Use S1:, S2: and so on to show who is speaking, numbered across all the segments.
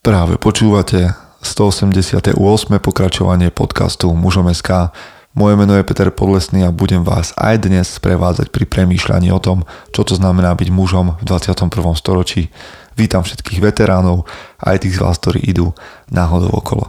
S1: Práve počúvate 188. pokračovanie podcastu Mužom.sk. Moje meno je Peter Podlesný a budem vás aj dnes sprevádzať pri premýšľaní o tom, čo to znamená byť mužom v 21. storočí. Vítam všetkých veteránov, aj tých z vás, ktorí idú náhodou okolo.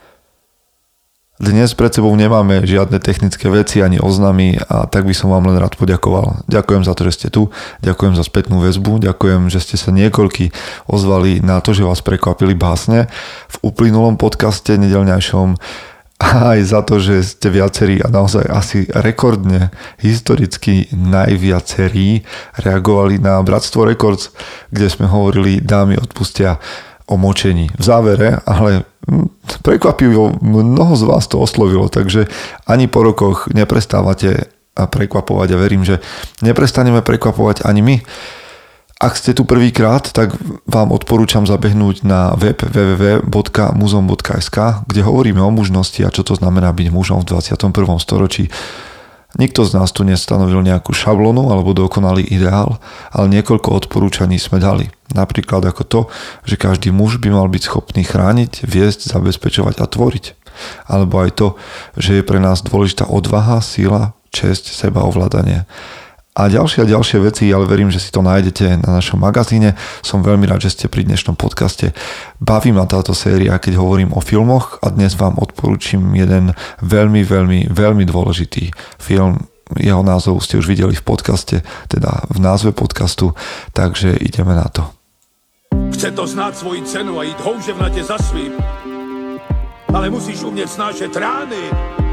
S1: Dnes pred sebou nemáme žiadne technické veci ani oznamy a tak by som vám len rád poďakoval. Ďakujem za to, že ste tu, ďakujem za spätnú väzbu, ďakujem, že ste sa niekoľkí ozvali na to, že vás prekvapili básne v uplynulom podcaste nedeľňajšom a aj za to, že ste viacerí a naozaj asi rekordne, historicky najviacerí reagovali na Bratstvo Records, kde sme hovorili dámy odpustia o močení. V závere, ale prekvapivo mnoho z vás to oslovilo, takže ani po rokoch neprestávate prekvapovať a verím, že neprestaneme prekvapovať ani my. Ak ste tu prvýkrát, tak vám odporúčam zabehnúť na web www.muzom.sk, kde hovoríme o mužnosti a čo to znamená byť mužom v 21. storočí. Nikto z nás tu nestanovil nejakú šablonu alebo dokonalý ideál, ale niekoľko odporúčaní sme dali. Napríklad ako to, že každý muž by mal byť schopný chrániť, viesť, zabezpečovať a tvoriť. Alebo aj to, že je pre nás dôležitá odvaha, sila, česť, sebaovládanie. A ďalšie veci, ale verím, že si to nájdete na našom magazíne. Som veľmi rád, že ste pri dnešnom podcaste. Baví ma táto séria, keď hovorím o filmoch a dnes vám odporúčim jeden veľmi dôležitý film. Jeho názov ste už videli v podcaste, teda v názve podcastu, takže ideme na to.
S2: Chce to znát svoji cenu a jít houževnatě za svým, ale musíš umět snášet rány.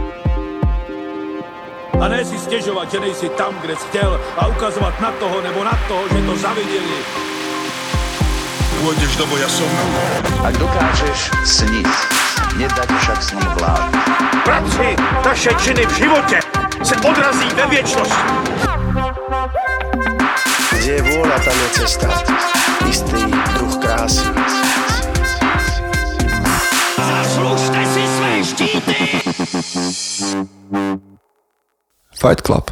S2: A ne si stěžovat, že nejsi tam, kde jsi chtěl a ukazovat na toho nebo na toho, že to zaviděli. Pôjdeš do boja som.
S3: Ak dokážeš sniť, nedať však snom vlád.
S2: Práci, taše činy v životě se odrazí ve věčnosti.
S4: Kde je vôľa, tam je cesta. Istý druh krásy.
S2: Zaslužte si své štíty!
S1: Fight Club.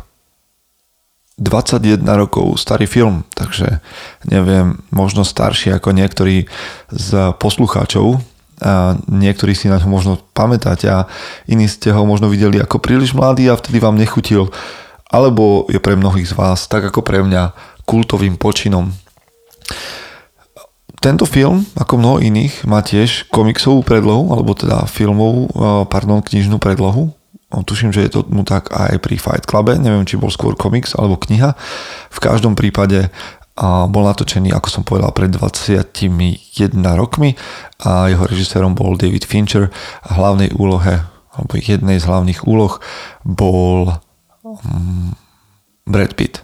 S1: 21 rokov starý film, takže neviem, možno starší ako niektorí z poslucháčov a niektorí si na ňo možno pamätáte a iní ste ho možno videli ako príliš mladý a vtedy vám nechutil, alebo je pre mnohých z vás, tak ako pre mňa, kultovým počinom. Tento film, ako mnoho iných, má tiež komiksovú predlohu, alebo teda knižnú predlohu. Tuším, že je to tak aj pri Fight Clube, neviem, či bol skôr komiks alebo kniha. V každom prípade bol natočený, ako som povedal, pred 21 rokmi a jeho režisérom bol David Fincher a hlavnej úlohe, alebo jednej z hlavných úloh bol Brad Pitt.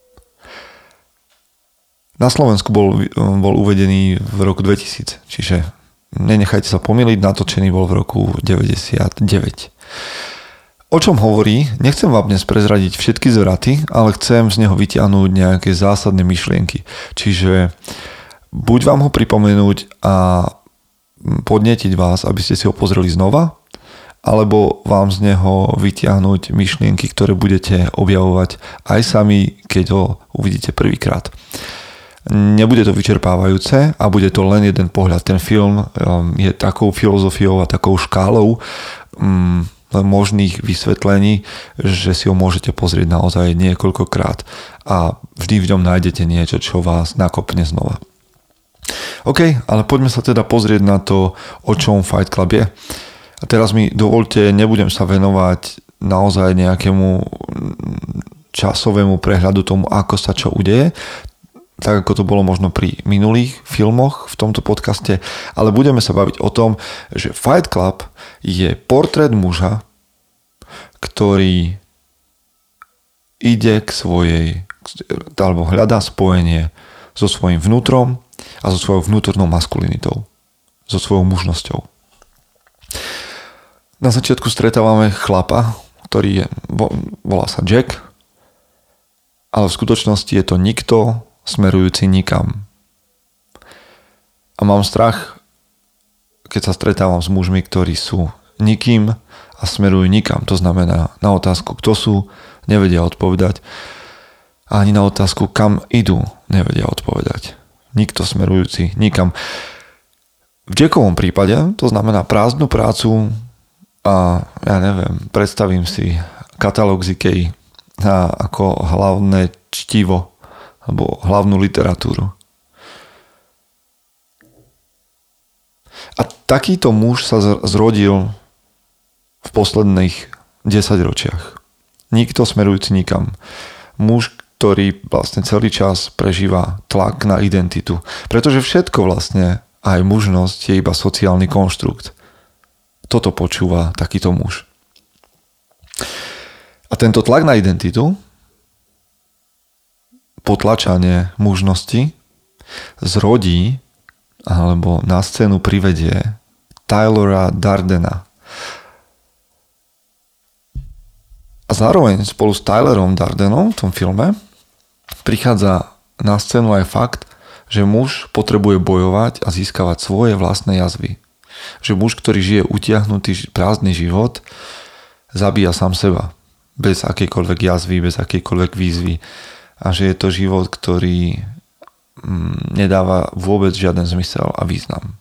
S1: Na Slovensku bol uvedený v roku 2000, čiže nenechajte sa pomýliť, natočený bol v roku 99. O čom hovorí? Nechcem vám dnes prezradiť všetky zvraty, ale chcem z neho vytiahnuť nejaké zásadné myšlienky. Čiže buď vám ho pripomenúť a podnetiť vás, aby ste si ho pozreli znova, alebo vám z neho vytiahnuť myšlienky, ktoré budete objavovať aj sami, keď ho uvidíte prvýkrát. Nebude to vyčerpávajúce a bude to len jeden pohľad. Ten film je takou filozofiou a takou škálou možných vysvetlení, že si ho môžete pozrieť naozaj niekoľkokrát a vždy v ňom nájdete niečo, čo vás nakopne znova. OK, ale poďme sa teda pozrieť na to, o čom Fight Club je. A teraz mi dovolte, nebudem sa venovať naozaj nejakému časovému prehľadu tomu, ako sa čo udeje, tak ako to bolo možno pri minulých filmoch v tomto podcaste, ale budeme sa baviť o tom, že Fight Club je portrét muža, ktorý ide k svojej, alebo hľadá spojenie so svojím vnútrom a so svojou vnútornou maskulinitou, so svojou mužnosťou. Na začiatku stretávame chlapa, ktorý volá sa Jack, ale v skutočnosti je to nikto, smerujúci nikam. A mám strach, keď sa stretávam s mužmi, ktorí sú nikým a smerujú nikam. To znamená, na otázku, kto sú, nevedia odpovedať. A ani na otázku, kam idú, nevedia odpovedať. Nikto smerujúci nikam. V Jackovom prípade to znamená prázdnu prácu a ja neviem, predstavím si katalóg z IKEA ako hlavné čtivo alebo hlavnú literatúru. A takýto muž sa zrodil v posledných 10 ročiach. Nikto smerujúci nikam. Muž, ktorý vlastne celý čas prežíva tlak na identitu. Pretože všetko vlastne, aj mužnosť, je iba sociálny konštrukt. Toto počúva takýto muž. A tento tlak na identitu, potlačanie mužnosti, zrodí alebo na scénu privedie Tylera Dardena. A zároveň spolu s Tylerom Dardenom v tom filme prichádza na scénu aj fakt, že muž potrebuje bojovať a získavať svoje vlastné jazvy. Že muž, ktorý žije utiahnutý prázdny život, zabíja sám seba. Bez akejkoľvek jazvy, bez akejkoľvek výzvy. A že je to život, ktorý nedáva vôbec žiaden zmysel a význam.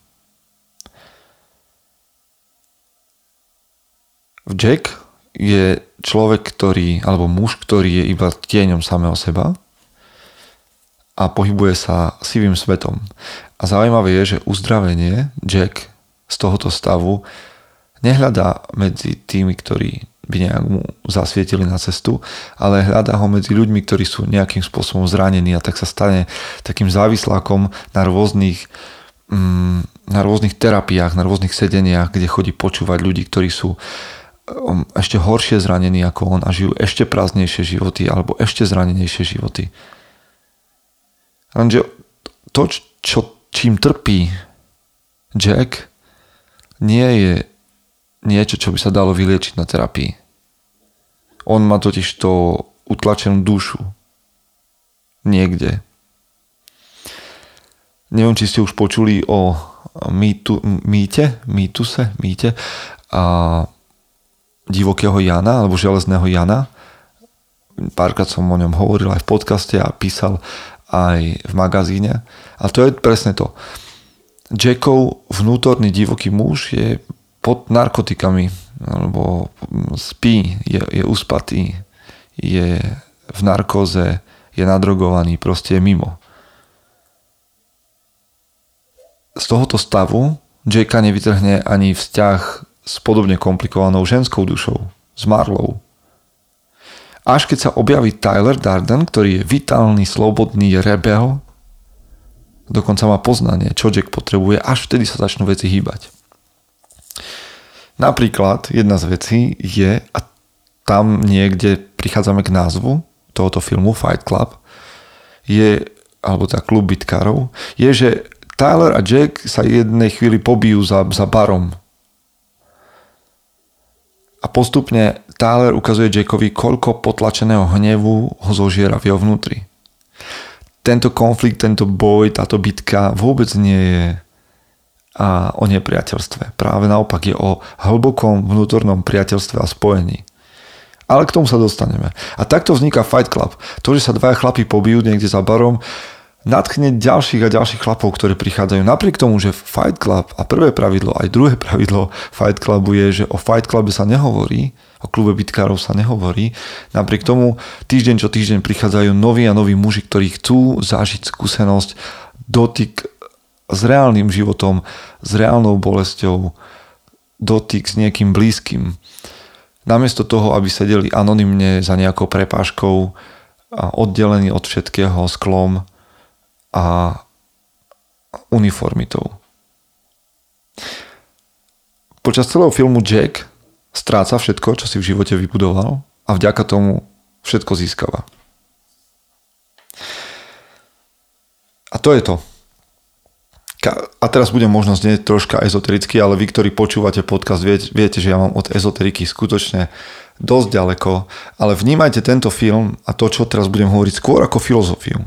S1: Jack je človek, alebo muž, ktorý je iba tieňom samého seba a pohybuje sa sivým svetom. A zaujímavé je, že uzdravenie Jack z tohoto stavu nehľadá medzi tými, ktorí by nejak mu zasvietili na cestu, ale hľadá ho medzi ľuďmi, ktorí sú nejakým spôsobom zranení a tak sa stane takým závislákom na rôznych terapiách, na rôznych sedeniach, kde chodí počúvať ľudí, ktorí sú ešte horšie zranení ako on a žijú ešte prázdnejšie životy alebo ešte zranenejšie životy. Lenže to, čím trpí Jack, nie je niečo, čo by sa dalo vyliečiť na terapii. On má totiž to utlačenú dušu. Niekde. Neviem, či ste už počuli o mýtuse a divokého Jana, alebo železného Jana. Párkrát som o ňom hovoril aj v podcaste a písal aj v magazíne. A to je presne to. Jackov vnútorný divoký muž je pod narkotikami, alebo spí, je uspatý, je v narkóze, je nadrogovaný, proste je mimo. Z tohoto stavu Jacka nevytrhne ani vzťah s podobne komplikovanou ženskou dušou, s Marlou. Až keď sa objaví Tyler Darden, ktorý je vitálny, slobodný, rebel, dokonca má poznanie, čo Jack potrebuje, až vtedy sa začnú veci hýbať. Napríklad jedna z vecí je, a tam niekde prichádzame k názvu tohoto filmu Fight Club, alebo tá klub bitkárov, je, že Tyler a Jack sa jednej chvíli pobijú za barom. A postupne Tyler ukazuje Jackovi, koľko potlačeného hnevu ho zožiera v jeho vnútri. Tento konflikt, tento boj, táto bitka vôbec nie je o nepriateľstve. Práve naopak je o hlbokom vnútornom priateľstve a spojení. Ale k tomu sa dostaneme. A takto vzniká Fight Club. To, že sa dvaja chlapi pobijú niekde za barom, nadchne ďalších a ďalších chlapov, ktorí prichádzajú. Napriek tomu, že Fight Club a prvé pravidlo, aj druhé pravidlo Fight Clubu je, že o Fight Clube sa nehovorí, o klube bitkárov sa nehovorí. Napriek tomu týždeň čo týždeň prichádzajú noví a noví muži, ktorí chcú zažiť skúsenosť, dotyk s reálnym životom, s reálnou bolesťou, dotyk s niekým blízkym. Namiesto toho, aby sedeli anonymne za nejakou prepážkou a oddelení od všetkého sklom a uniformitou. Počas celého filmu Jack stráca všetko, čo si v živote vybudoval a vďaka tomu všetko získava. A to je to. A teraz budem možno znieť troška ezotericky, ale vy, ktorí počúvate podcast, viete, že ja mám od ezoteriky skutočne dosť ďaleko, ale vnímajte tento film a to, čo teraz budem hovoriť, skôr ako filozofiu.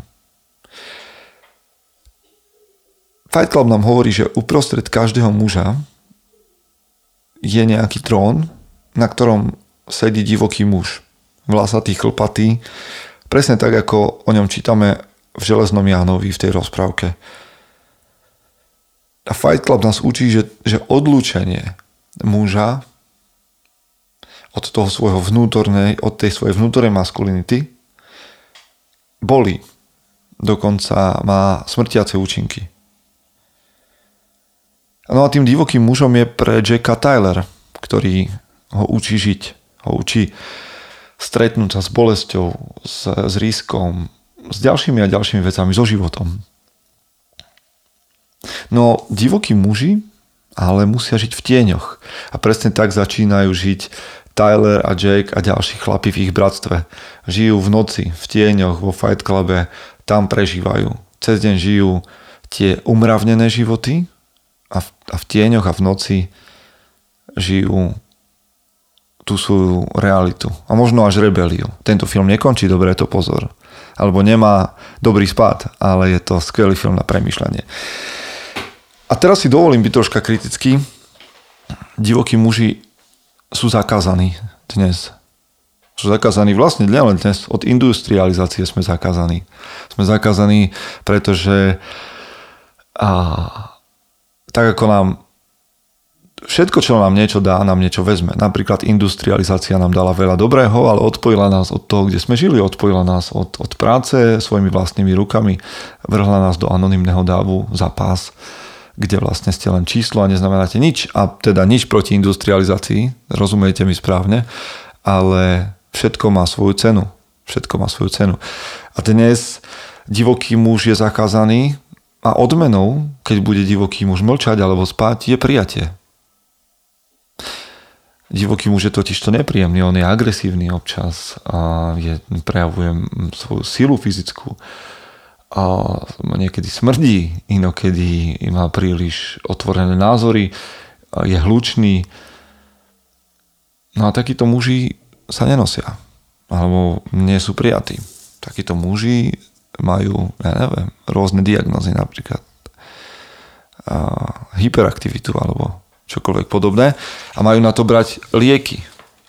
S1: Fight Club nám hovorí, že uprostred každého muža je nejaký trón, na ktorom sedí divoký muž. Vlasatý, chlpatý, presne tak, ako o ňom čítame v Železnom Jánovi v tej rozprávke. A Fight Club nás učí, že odlúčenie muža od toho svojho od tej svojej vnútornej maskulinity bolí. Dokonca má smrtiace účinky. No a tým divokým mužom je pre Jacka Tyler, ktorý ho učí žiť, ho učí stretnúť sa s bolesťou, s riskom, s ďalšími a ďalšími vecami, so životom. No divokí muži ale musia žiť v tieňoch. A presne tak začínajú žiť Tyler a Jake a ďalší chlapi v ich bratstve. Žijú v noci, v tieňoch, vo Fight Clube, tam prežívajú. Cez deň žijú tie umravnené životy a v tieňoch a v noci žijú tú svoju realitu. A možno až rebeliu. Tento film nekončí dobre, to pozor. Alebo nemá dobrý spád, ale je to skvelý film na premýšľanie. A teraz si dovolím byť troška kritický. Divokí muži sú zakázaní dnes. Sú zakázaní vlastne len dnes. Od industrializácie sme zakázaní. Sme zakázaní, pretože tak ako nám všetko, čo nám niečo dá, nám niečo vezme. Napríklad industrializácia nám dala veľa dobrého, ale odpojila nás od toho, kde sme žili. Odpojila nás od práce svojimi vlastnými rukami. Vrhla nás do anonymného dávu za pás, kde vlastne ste len číslo a neznamenáte nič. A teda nič proti industrializácii, rozumiete mi správne, ale všetko má svoju cenu. Všetko má svoju cenu. A dnes divoký muž je zakázaný a odmenou, keď bude divoký muž mlčať alebo spať, je prijatie. Divoký muž je totiž to nepríjemný, on je agresívny občas a prejavuje svoju silu fyzickú a niekedy smrdí, inokedy má príliš otvorené názory, je hlučný. No a takíto muži sa nenosia, alebo nie sú prijatí. Takíto muži majú, rôzne diagnózy napríklad. Hyperaktivitu alebo čokoľvek podobné a majú na to brať lieky.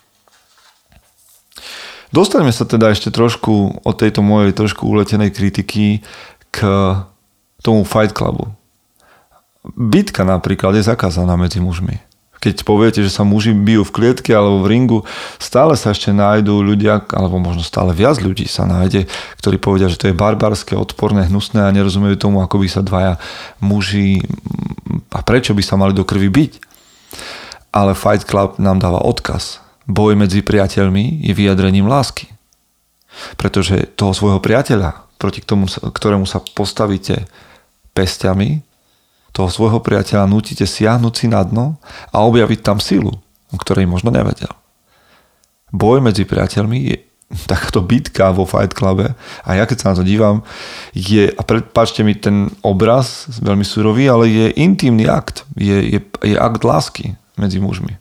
S1: Dostaňme sa teda ešte trošku od tejto mojej trošku uletenej kritiky k tomu Fight Clubu. Bitka napríklad je zakázaná medzi mužmi. Keď poviete, že sa muži bijú v klietke alebo v ringu, stále sa ešte nájdú ľudia, alebo možno stále viac ľudí sa nájde, ktorí povedia, že to je barbarské, odporné, hnusné a nerozumejú tomu, ako by sa dvaja muži a prečo by sa mali do krvi byť. Ale Fight Club nám dáva odkaz. Boj medzi priateľmi je vyjadrením lásky. Pretože toho svojho priateľa, proti ktorému sa postavíte pesťami, toho svojho priateľa nútite siahnuť si na dno a objaviť tam silu, o ktorej možno nevedel. Boj medzi priateľmi je takáto bitka vo Fight Clube a ja keď sa na to dívam, a prepáčte mi ten obraz, veľmi surový, ale je intímny akt. Je akt lásky medzi mužmi.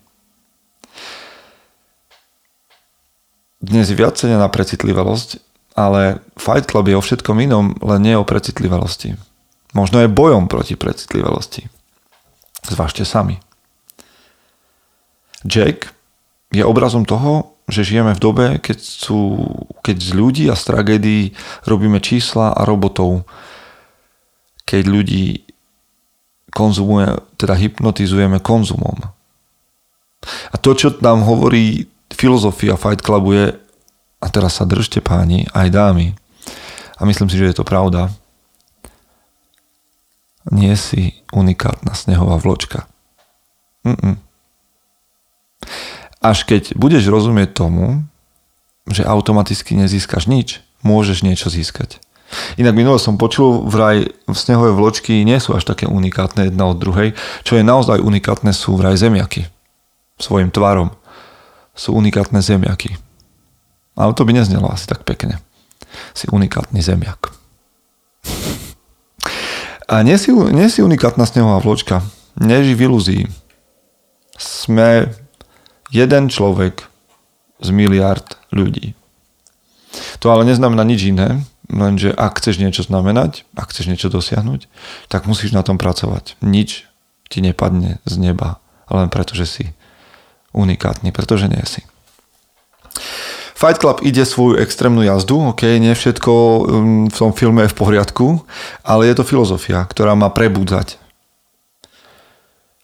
S1: Dnes je viac cenená precitlivosť, ale Fight Club je o všetkom inom, len nie o precitlivosti. Možno je bojom proti precitlivosti. Zvážte sami. Jake je obrazom toho, že žijeme v dobe, keď z ľudí a z tragédií robíme čísla a robotov. Keď ľudí hypnotizujeme konzumom. A to, čo nám hovorí filozofia Fight Clubu je, a teraz sa držte páni, aj dámy, a myslím si, že je to pravda, nie si unikátna snehová vločka. Až keď budeš rozumieť tomu, že automaticky nezískaš nič, môžeš niečo získať. Inak minule som počul, vraj snehové vločky nie sú až také unikátne jedna od druhej. Čo je naozaj unikátne sú vraj zemiaky. Svojim tvarom. Sú unikátne zemiaky. Ale to by neznelo asi tak pekne. Si unikátny zemiak. A nie si unikátna snehová vločka. Neži v ilúzii. Sme jeden človek z miliárd ľudí. To ale neznamená nič iné, lenže ak chceš niečo znamenať, ak chceš niečo dosiahnuť, tak musíš na tom pracovať. Nič ti nepadne z neba, len preto, že si unikátny, pretože nie si. Fight Club ide svoju extrémnu jazdu, nie všetko v tom filme je v poriadku, ale je to filozofia, ktorá má prebudzať.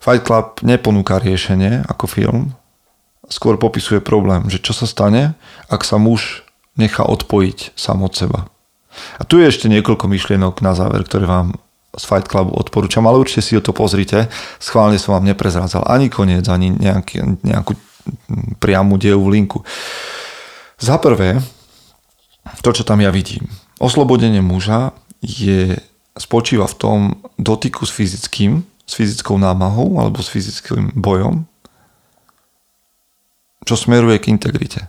S1: Fight Club neponúka riešenie ako film, skôr popisuje problém, že čo sa stane, ak sa muž nechá odpojiť sám od seba. A tu je ešte niekoľko myšlienok na záver, ktoré vám z Fight Clubu odporúčam, ale určite si to pozrite. Schválne som vám neprezrádzal ani koniec, ani nejakú priamu dejovú linku. Za prvé, to, čo tam ja vidím. Oslobodenie muža spočíva v tom dotyku s fyzickou námahou alebo s fyzickým bojom, čo smeruje k integrite.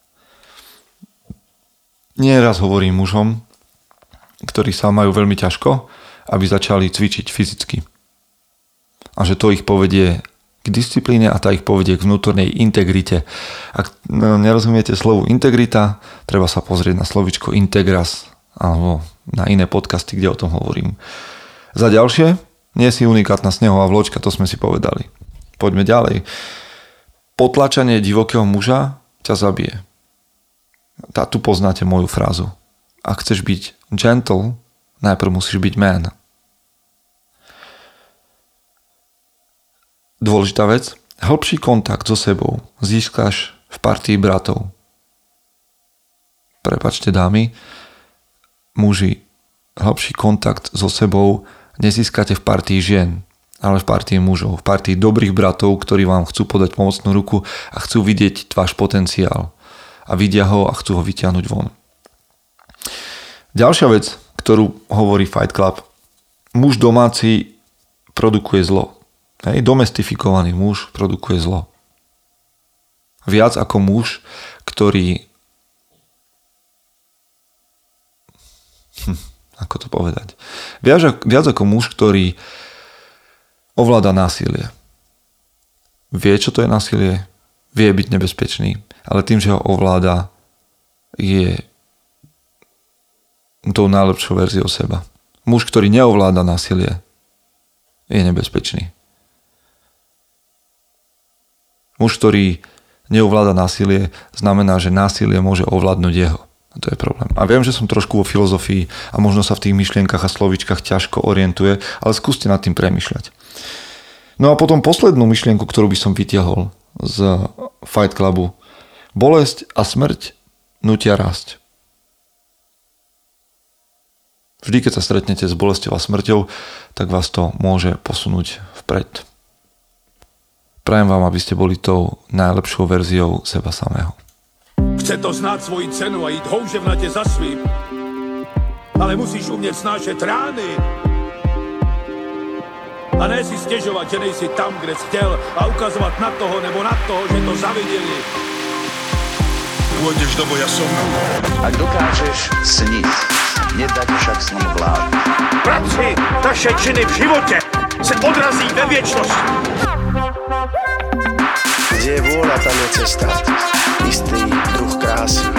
S1: Nie raz hovorím mužom, ktorí sa majú veľmi ťažko, aby začali cvičiť fyzicky. A že to ich povedie k disciplíne a tá ich povedie k vnútornej integrite. Ak nerozumiete slovu integrita, treba sa pozrieť na slovičko integras alebo na iné podcasty, kde o tom hovorím. Za ďalšie, nie si unikátna snehová vločka, to sme si povedali. Poďme ďalej. Potlačanie divokého muža ťa zabije. Tu poznáte moju frázu. Ak chceš byť gentle, najprv musíš byť man. Dôležitá vec, hĺbší kontakt so sebou získaš v partii bratov. Prepáčte dámy, muži, hĺbší kontakt so sebou nezískate v partii žien, ale v partii mužov, v partii dobrých bratov, ktorí vám chcú podať pomocnú ruku a chcú vidieť váš potenciál. A vidia ho a chcú ho vyťahnuť von. Ďalšia vec, ktorú hovorí Fight Club, muž domáci produkuje zlo. Domestifikovaný muž produkuje zlo. Viac ako muž, ktorý ako to povedať? Viac ako muž, ktorý ovláda násilie. Vie, čo to je násilie, vie byť nebezpečný, ale tým, že ho ovláda, je tou najlepšou verziou seba. Muž, ktorý neovláda násilie, je nebezpečný. Muž, ktorý neovláda násilie, znamená, že násilie môže ovládnuť jeho. A to je problém. A viem, že som trošku vo filozofii a možno sa v tých myšlienkach a slovíčkach ťažko orientuje, ale skúste nad tým premýšľať. No a potom poslednú myšlienku, ktorú by som vytiahol z Fight Clubu. Bolesť a smrť nutia rásť. Vždy, keď sa stretnete s bolesťou a smrťou, tak vás to môže posunúť vpred. Prajem vám, aby ste boli tou najlepšou verziou seba samého.
S2: Chce to znát svoji cenu a jít houževnatě za svým. Ale musíš umět snášet rány. A ne si stěžovat, že nejsi tam, kde jsi chtěl a ukazovat na toho nebo na toho, že to zaviděli. Pôjdeš do boja som.
S3: Ak dokážeš sniť, nedať však snom vlád.
S2: Práci, taše činy v životě se odrazí ve věčnosti.
S4: Kde je vôľa, tam je cesta. Istý druh krásy.